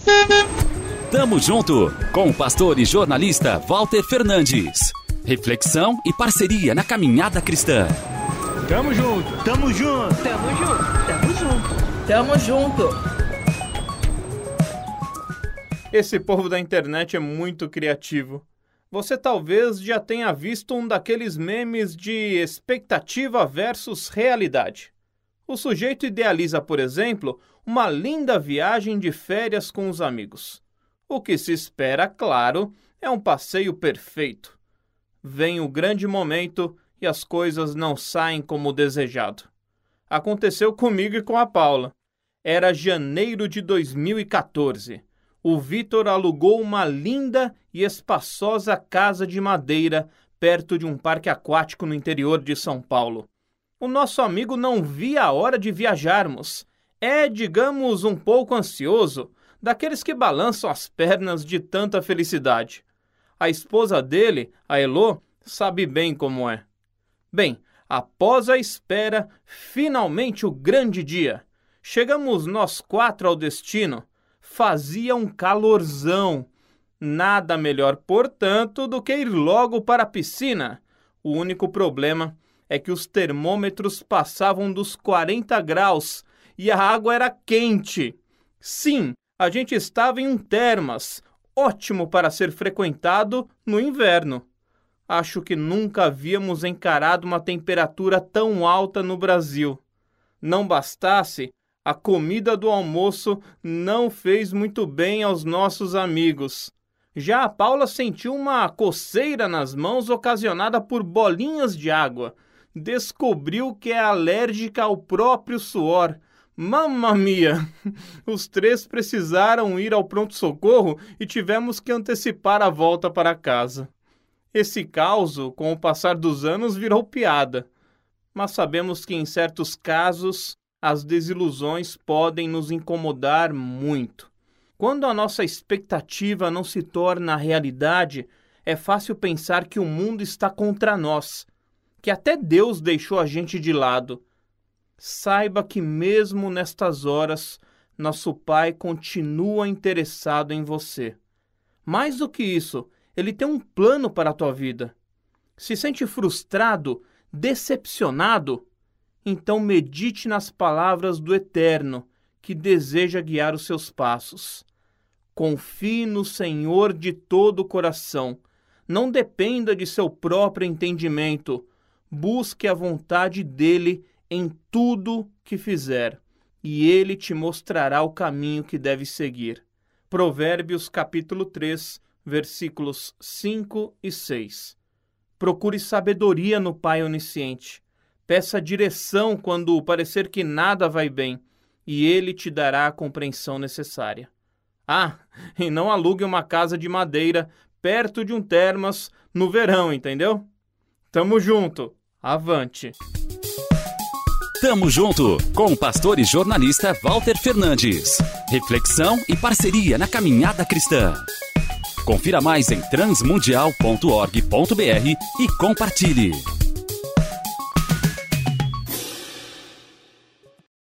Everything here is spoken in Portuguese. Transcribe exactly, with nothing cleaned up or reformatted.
Tamo junto com o pastor e jornalista Walter Fernandes. Reflexão e parceria na caminhada cristã. Tamo junto, tamo junto, tamo junto, tamo junto, tamo junto. Esse povo da internet é muito criativo. Você talvez já tenha visto um daqueles memes de expectativa versus realidade. O sujeito idealiza, por exemplo, uma linda viagem de férias com os amigos. O que se espera, claro, é um passeio perfeito. Vem o grande momento e as coisas não saem como desejado. Aconteceu comigo e com a Paula. Era janeiro de dois mil e quatorze. O Vitor alugou uma linda e espaçosa casa de madeira perto de um parque aquático no interior de São Paulo. O nosso amigo não via a hora de viajarmos. É, digamos, um pouco ansioso, daqueles que balançam as pernas de tanta felicidade. A esposa dele, a Elô, sabe bem como é. Bem, após a espera, finalmente o grande dia. Chegamos nós quatro ao destino. Fazia um calorzão. Nada melhor, portanto, do que ir logo para a piscina. O único problema é que os termômetros passavam dos quarenta graus e a água era quente. Sim, a gente estava em um termas, ótimo para ser frequentado no inverno. Acho que nunca havíamos encarado uma temperatura tão alta no Brasil. Não bastasse, a comida do almoço não fez muito bem aos nossos amigos. Já a Paula sentiu uma coceira nas mãos ocasionada por bolinhas de água. Descobriu que é alérgica ao próprio suor. Mamma mia! Os três precisaram ir ao pronto-socorro e tivemos que antecipar a volta para casa. Esse caos, com o passar dos anos, virou piada. Mas sabemos que em certos casos as desilusões podem nos incomodar muito. Quando a nossa expectativa não se torna realidade, é fácil pensar que o mundo está contra nós, que até Deus deixou a gente de lado. Saiba que mesmo nestas horas, nosso Pai continua interessado em você. Mais do que isso, Ele tem um plano para a tua vida. Se sente frustrado, decepcionado? Então medite nas palavras do Eterno, que deseja guiar os seus passos. Confie no Senhor de todo o coração. Não dependa de seu próprio entendimento. Busque a vontade dEle em tudo que fizer, e Ele te mostrará o caminho que deve seguir. Provérbios capítulo três, versículos cinco e seis. Procure sabedoria no Pai onisciente. Peça direção quando parecer que nada vai bem, e Ele te dará a compreensão necessária. Ah, e não alugue uma casa de madeira perto de um termas no verão, entendeu? Tamo junto. Avante. Tamo junto com o pastor e jornalista Walter Fernandes. Reflexão e parceria na caminhada cristã. Confira mais em transmundial ponto org ponto br e compartilhe.